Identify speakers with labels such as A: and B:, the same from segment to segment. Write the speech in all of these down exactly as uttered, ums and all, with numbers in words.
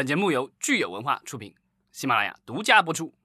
A: 本节目由聚友文化出品，喜马拉雅独家播出。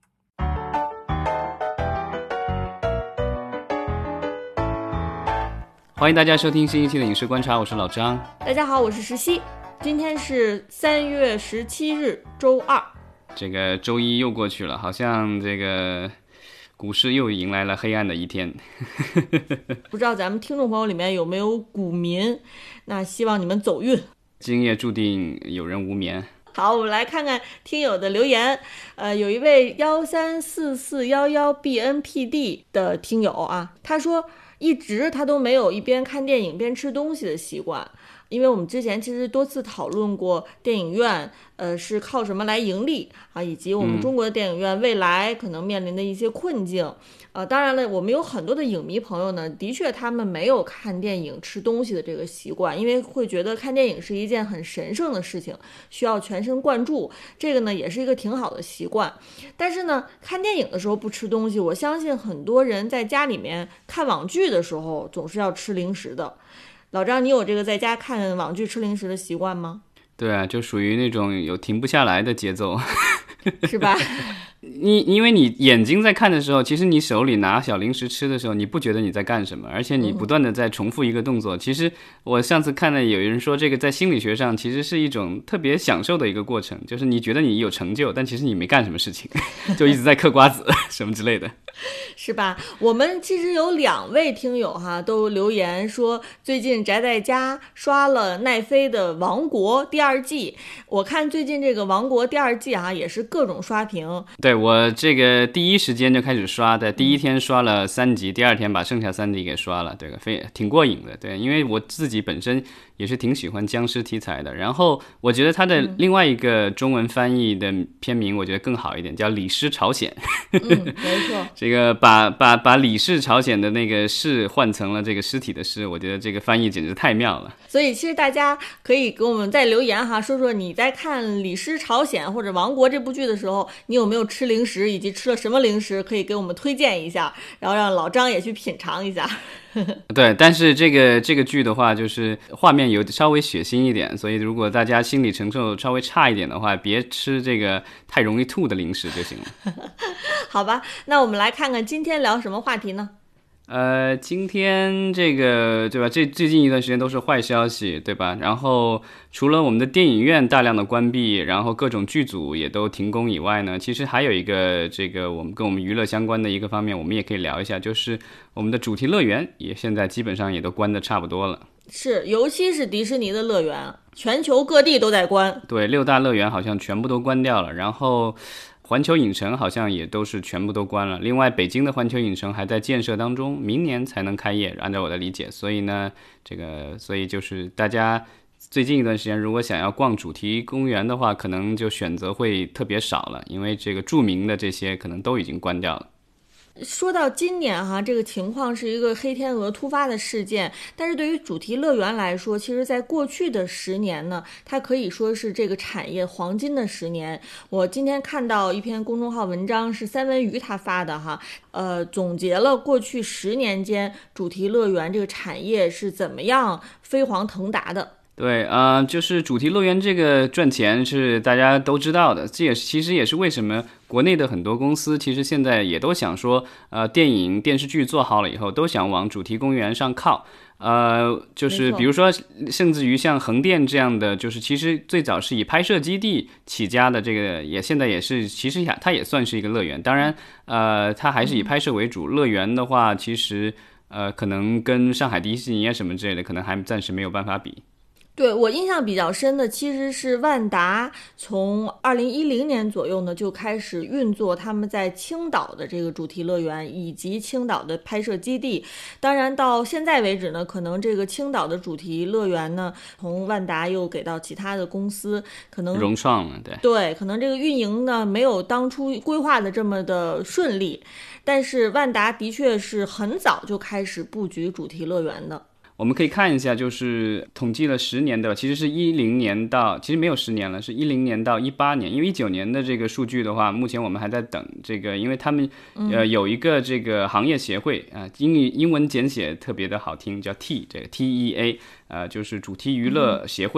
A: 欢迎大家收听新一期的影视观察，我是老张。
B: 大家好，我是石溪。今天是三月十七日，周二。
A: 这个周一又过去了，好像这个股市又迎来了黑暗的一天。
B: 不知道咱们听众朋友里面有没有股民？那希望你们走运。
A: 今夜注定有人无眠。
B: 好，我们来看看听友的留言。呃，有一位幺三四四幺幺 B N P D 的听友啊，他说一直他都没有一边看电影边吃东西的习惯。因为我们之前其实多次讨论过电影院呃是靠什么来盈利啊，以及我们中国的电影院未来可能面临的一些困境。呃，当然了，我们有很多的影迷朋友呢，的确他们没有看电影吃东西的这个习惯，因为会觉得看电影是一件很神圣的事情，需要全神贯注，这个呢也是一个挺好的习惯。但是呢，看电影的时候不吃东西，我相信很多人在家里面看网剧的时候总是要吃零食的。老张，你有这个在家看网剧吃零食的习惯吗？
A: 对啊，就属于那种有停不下来的节奏，
B: 是吧？
A: 你因为你眼睛在看的时候，其实你手里拿小零食吃的时候，你不觉得你在干什么，而且你不断的在重复一个动作。嗯、其实我上次看了有人说，这个在心理学上其实是一种特别享受的一个过程，就是你觉得你有成就，但其实你没干什么事情，就一直在嗑瓜子什么之类的。
B: 是吧？我们其实有两位听友哈都留言说，最近宅在家刷了奈飞的《王国》第二季。我看最近这个《王国》第二季哈也是各种刷屏。
A: 对，我这个第一时间就开始刷，在第一天刷了三集，第二天把剩下三集给刷了，对，非挺过瘾的。对，因为我自己本身也是挺喜欢僵尸题材的。然后我觉得它的另外一个中文翻译的片名，我觉得更好一点，叫《李尸朝鲜》。
B: 嗯，没错。
A: 这个把把把李氏朝鲜的那个氏换成了这个尸体的尸，我觉得这个翻译简直太妙了。
B: 所以其实大家可以给我们再留言哈，说说你在看李氏朝鲜或者王国这部剧的时候，你有没有吃零食，以及吃了什么零食，可以给我们推荐一下，然后让老张也去品尝一下。
A: 对，但是这个这个剧的话，就是画面有稍微血腥一点，所以如果大家心理承受稍微差一点的话，别吃这个太容易吐的零食就行了。
B: 好吧，那我们来看看今天聊什么话题呢？
A: 呃，今天这个对吧？这最近一段时间都是坏消息，对吧？然后除了我们的电影院大量的关闭，然后各种剧组也都停工以外呢，其实还有一个这个我们跟我们娱乐相关的一个方面，我们也可以聊一下，就是我们的主题乐园也现在基本上也都关得差不多了。
B: 是，尤其是迪士尼的乐园，全球各地都在关。
A: 对，六大乐园好像全部都关掉了，然后环球影城好像也都是全部都关了，另外北京的环球影城还在建设当中，明年才能开业，按照我的理解。所以呢，这个所以就是大家最近一段时间如果想要逛主题公园的话，可能就选择会特别少了，因为这个著名的这些可能都已经关掉了。
B: 说到今年哈，这个情况是一个黑天鹅突发的事件，但是对于主题乐园来说，其实在过去的十年呢，它可以说是这个产业黄金的十年。我今天看到一篇公众号文章是三文鱼他发的哈，呃，总结了过去十年间主题乐园这个产业是怎么样飞黄腾达的。
A: 对啊、呃，就是主题乐园这个赚钱是大家都知道的，这也其实也是为什么国内的很多公司其实现在也都想说，呃，电影电视剧做好了以后都想往主题公园上靠。呃，就是比如说，甚至于像横店这样的，就是其实最早是以拍摄基地起家的，这个也现在也是，其实它也算是一个乐园。当然，呃，它还是以拍摄为主。乐园的话，其实呃，可能跟上海迪士尼啊什么之类的，可能还暂时没有办法比。
B: 对，我印象比较深的其实是万达从二零一零年左右呢就开始运作他们在青岛的这个主题乐园以及青岛的拍摄基地。当然到现在为止呢，可能这个青岛的主题乐园呢从万达又给到其他的公司，可能
A: 融创了。对
B: 对，可能这个运营呢没有当初规划的这么的顺利，但是万达的确是很早就开始布局主题乐园的。
A: 我们可以看一下，就是统计了十年的，其实是一零年到，其实没有十年了，是一零年到一八年。因为一九年的这个数据的话，目前我们还在等这个，因为他们呃有一个这个行业协会啊、呃，英语英文简写特别的好听，叫 T 这个 T E A， 呃，就是主题娱乐协会。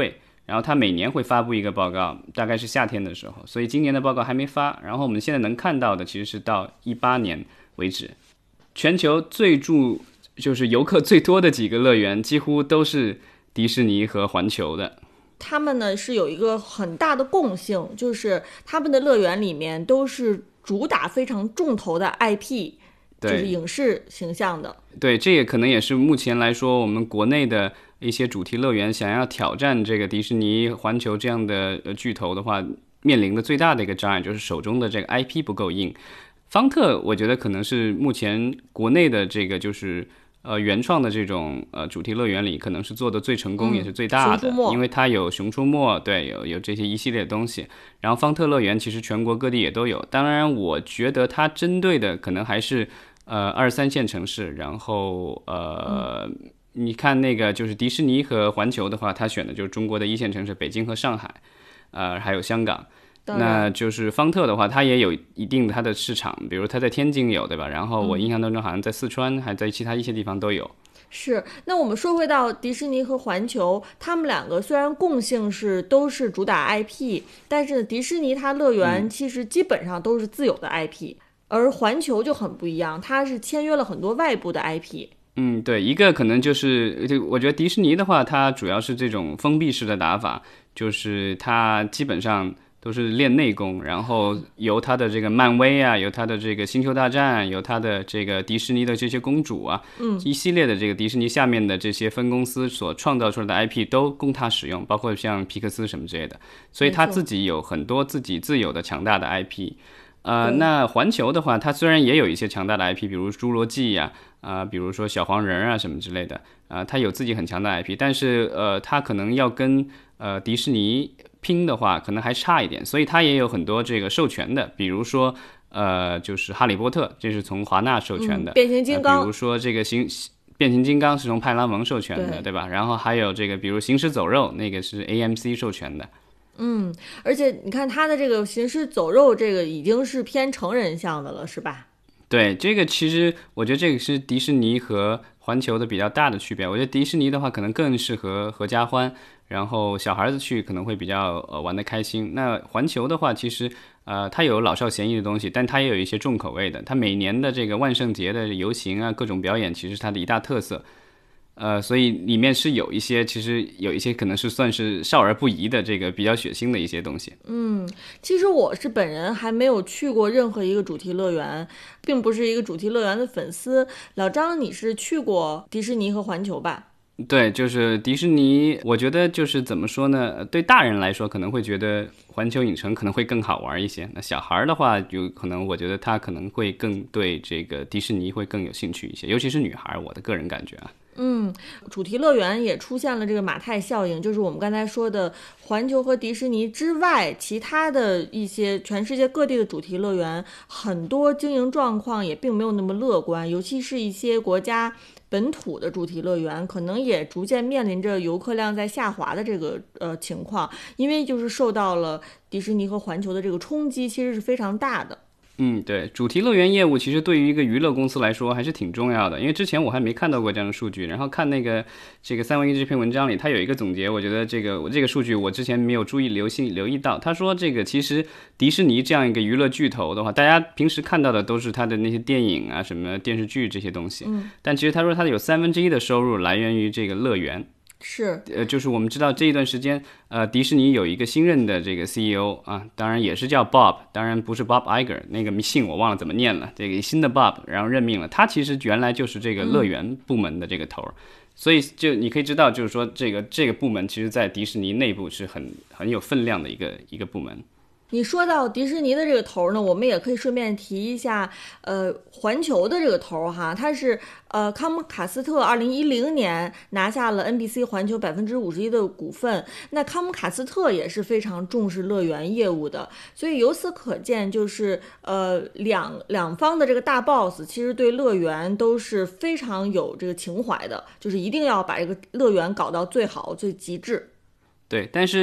A: 然后它每年会发布一个报告，大概是夏天的时候，所以今年的报告还没发。然后我们现在能看到的其实是到一八年为止，全球最住就是游客最多的几个乐园几乎都是迪士尼和环球的。
B: 他们呢是有一个很大的共性，就是他们的乐园里面都是主打非常重头的 I P， 就是影视形象的。
A: 对，这也可能也是目前来说我们国内的一些主题乐园想要挑战这个迪士尼、环球这样的巨头的话，面临的最大的一个障碍就是手中的这个 I P 不够硬。方特我觉得可能是目前国内的这个就是呃原创的这种呃主题乐园里可能是做的最成功、嗯、也是最大的，因为它有熊出没，对，有有这些一系列的东西。然后方特乐园其实全国各地也都有，当然我觉得它针对的可能还是呃二三线城市，然后呃、嗯、你看那个就是迪士尼和环球的话，它选的就是中国的一线城市北京和上海，呃还有香港。那就是方特的话，它也有一定的它的市场，比如它在天津有，对吧？然后我印象当中好像在四川，还在其他一些地方都有。
B: 是，那我们说回到迪士尼和环球，他们两个虽然共性是都是主打 I P， 但是迪士尼它乐园其实基本上都是自有的 I P，、嗯、而环球就很不一样，它是签约了很多外部的 I P。
A: 嗯，对，一个可能就是就我觉得迪士尼的话，它主要是这种封闭式的打法，就是它基本上都是练内功，然后由他的这个漫威啊，由他的这个星球大战，由他的这个迪士尼的这些公主啊，
B: 嗯，
A: 一系列的这个迪士尼下面的这些分公司所创造出来的 I P 都供他使用，包括像皮克斯什么之类的，所以他自己有很多自己自有的强大的 I P。呃，那环球的话，它虽然也有一些强大的 I P， 比如侏罗纪呀、啊，啊、呃，比如说小黄人啊什么之类的，啊、呃，它有自己很强的 I P， 但是呃，它可能要跟呃迪士尼拼的话，可能还差一点，所以它也有很多这个授权的，比如说呃，就是哈利波特，这是从华纳授权的，
B: 嗯、变形金刚、
A: 呃，比如说这个行变形金刚是从派拉蒙授权的， 对, 对吧？然后还有这个，比如行尸走肉，那个是 A M C 授权的。
B: 嗯，而且你看他的这个行尸走肉，这个已经是偏成人向的了，是吧？
A: 对，这个其实我觉得这个是迪士尼和环球的比较大的区别。我觉得迪士尼的话可能更适合合家欢，然后小孩子去可能会比较呃玩得开心。那环球的话，其实呃它有老少咸宜的东西，但它也有一些重口味的。它每年的这个万圣节的游行啊，各种表演，其实它的一大特色。呃，所以里面是有一些，其实有一些可能是算是少儿不宜的这个比较血腥的一些东西。
B: 嗯，其实我是本人还没有去过任何一个主题乐园，并不是一个主题乐园的粉丝。老张，你是去过迪士尼和环球吧？
A: 对，就是迪士尼，我觉得就是怎么说呢？对大人来说可能会觉得环球影城可能会更好玩一些，那小孩的话，有可能我觉得他可能会更对这个迪士尼会更有兴趣一些，尤其是女孩，我的个人感觉啊。
B: 嗯，主题乐园也出现了这个马太效应，就是我们刚才说的环球和迪士尼之外，其他的一些全世界各地的主题乐园，很多经营状况也并没有那么乐观，尤其是一些国家本土的主题乐园，可能也逐渐面临着游客量在下滑的这个呃情况，因为就是受到了迪士尼和环球的这个冲击，其实是非常大的。
A: 嗯，对，主题乐园业务其实对于一个娱乐公司来说还是挺重要的，因为之前我还没看到过这样的数据，然后看那个这个三文一这篇文章里，它有一个总结，我觉得这个我这个数据我之前没有注意留心留意到，他说这个其实迪士尼这样一个娱乐巨头的话，大家平时看到的都是它的那些电影啊、什么电视剧这些东西，
B: 嗯，
A: 但其实他说它有三分之一的收入来源于这个乐园。
B: 是，
A: 呃，就是我们知道这一段时间，呃，迪士尼有一个新任的这个 C E O 啊，当然也是叫 Bob， 当然不是 Bob Iger， 那个姓我忘了怎么念了。这个新的 Bob， 然后任命了他，其实原来就是这个乐园部门的这个头，嗯、所以就你可以知道，就是说这个这个部门其实在迪士尼内部是很很有分量的一个一个部门。
B: 你说到迪士尼的这个头呢，我们也可以顺便提一下，呃，环球的这个头哈，它是呃康姆卡斯特二零一零年拿下了 N B C 环球百分之五十一的股份，那康姆卡斯特也是非常重视乐园业务的，所以由此可见，就是呃两两方的这个大 boss 其实对乐园都是非常有这个情怀的，就是一定要把这个乐园搞到最好最极致。
A: 对，但是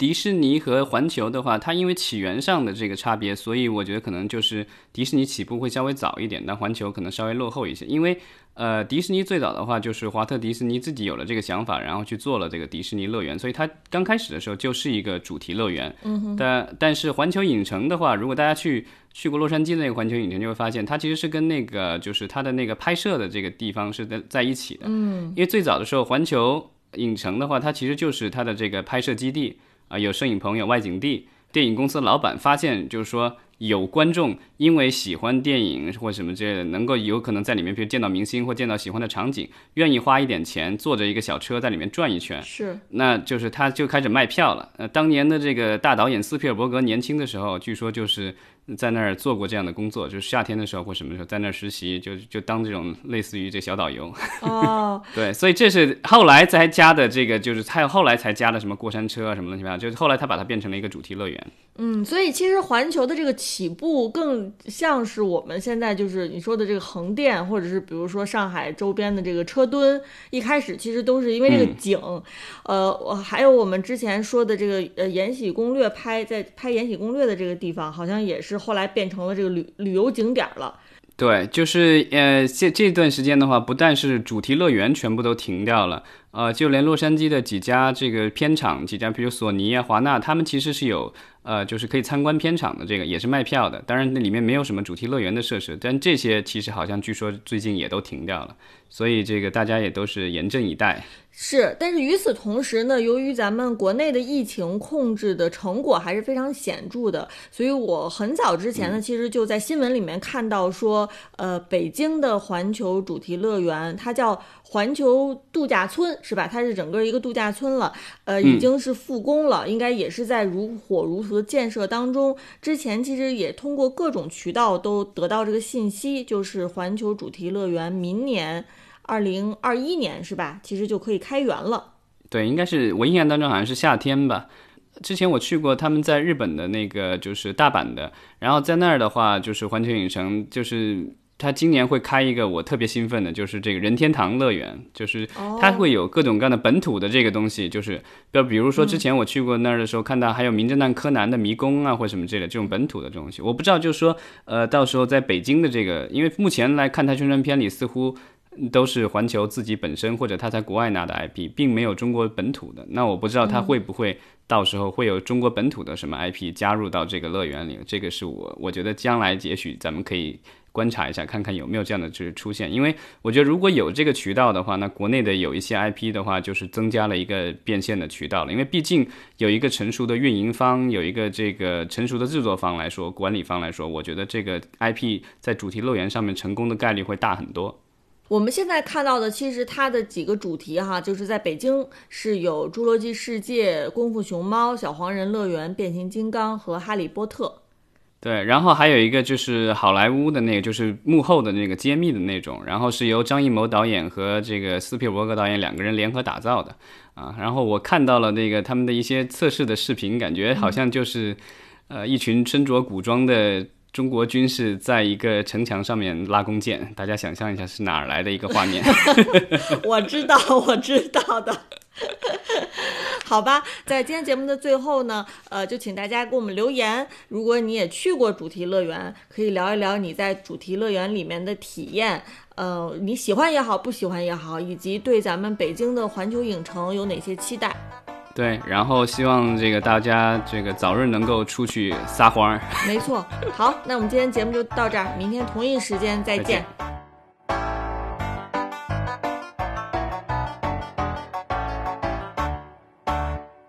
A: 迪士尼和环球的话，它因为起源上的这个差别，所以我觉得可能就是迪士尼起步会稍微早一点，但环球可能稍微落后一些。因为呃，迪士尼最早的话就是华特迪士尼自己有了这个想法，然后去做了这个迪士尼乐园，所以它刚开始的时候就是一个主题乐园。
B: 嗯哼。
A: 但但是环球影城的话，如果大家去去过洛杉矶的那个环球影城，就会发现它其实是跟那个就是它的那个拍摄的这个地方是在在一起的。
B: 嗯。
A: 因为最早的时候，环球影城的话，它其实就是它的这个拍摄基地啊、呃，有摄影棚，有外景地。电影公司的老板发现，就是说有观众因为喜欢电影或什么之类的，能够有可能在里面，比如见到明星或见到喜欢的场景，愿意花一点钱，坐着一个小车在里面转一圈，
B: 是，
A: 那就是他就开始卖票了。呃，当年的这个大导演斯皮尔伯格年轻的时候，据说就是在那儿做过这样的工作，就是夏天的时候或什么时候在那儿实习，就就当这种类似于这小导游。
B: 哦，
A: 对，所以这是后来才加的这个，就是他后来才加的什么过山车啊什么乱七八糟，就是后来他把它变成了一个主题乐园。
B: 嗯，所以其实环球的这个起步更像是我们现在就是你说的这个横店，或者是比如说上海周边的这个车墩，一开始其实都是因为这个景，嗯、呃，还有我们之前说的这个呃《延禧攻略》拍在拍《延禧攻略》的这个地方，好像也是后来变成了这个旅旅游景点了。
A: 对，就是呃，这这段时间的话，不但是主题乐园全部都停掉了，呃，就连洛杉矶的几家这个片场，几家比如索尼啊、华纳，他们其实是有呃，就是可以参观片场的，这个也是卖票的。当然，那里面没有什么主题乐园的设施，但这些其实好像据说最近也都停掉了，所以这个大家也都是严阵以待。
B: 是，但是与此同时呢，由于咱们国内的疫情控制的成果还是非常显著的，所以我很早之前呢，其实就在新闻里面看到说，呃，北京的环球主题乐园，它叫环球度假村，是吧？它是整个一个度假村了，呃，已经是复工了，应该也是在如火如荼的建设当中。之前其实也通过各种渠道都得到这个信息，就是环球主题乐园明年二零二一年是吧？其实就可以开园了。
A: 对，应该是我印象当中好像是夏天吧。之前我去过他们在日本的那个就是大阪的，然后在那儿的话就是环球影城，就是他今年会开一个我特别兴奋的，就是这个任天堂乐园，就是它会有各种各样的本土的这个东西，就是比如说之前我去过那儿的时候，看到还有名侦探柯南的迷宫啊或什么之类的这种本土的东西。我不知道就是说呃，到时候在北京的这个，因为目前来看它宣传片里似乎都是环球自己本身或者他在国外拿的 I P， 并没有中国本土的。那我不知道他会不会到时候会有中国本土的什么 I P 加入到这个乐园里，这个是我我觉得将来也许咱们可以观察一下，看看有没有这样的就是出现。因为我觉得如果有这个渠道的话，那国内的有一些 I P 的话，就是增加了一个变现的渠道了。因为毕竟有一个成熟的运营方，有一个这个成熟的制作方来说，管理方来说，我觉得这个 I P 在主题乐园上面成功的概率会大很多。
B: 我们现在看到的其实它的几个主题哈，就是在北京是有侏罗纪世界、功夫熊猫、小黄人乐园、变形金刚和哈利波特。
A: 对，然后还有一个就是好莱坞的那个，就是幕后的那个揭秘的那种，然后是由张艺谋导演和这个斯皮尔伯格导演两个人联合打造的啊。然后我看到了那个他们的一些测试的视频，感觉好像就是呃一群身着古装的中国军士在一个城墙上面拉弓箭，大家想象一下是哪儿来的一个画面？
B: 我知道，我知道的。好吧，在今天节目的最后呢，呃，就请大家给我们留言。如果你也去过主题乐园，可以聊一聊你在主题乐园里面的体验。呃，你喜欢也好，不喜欢也好，以及对咱们北京的环球影城有哪些期待？
A: 对，然后希望这个大家这个早日能够出去撒欢儿。
B: 没错，好，那我们今天节目就到这儿，明天同一时间再见。
A: 再见。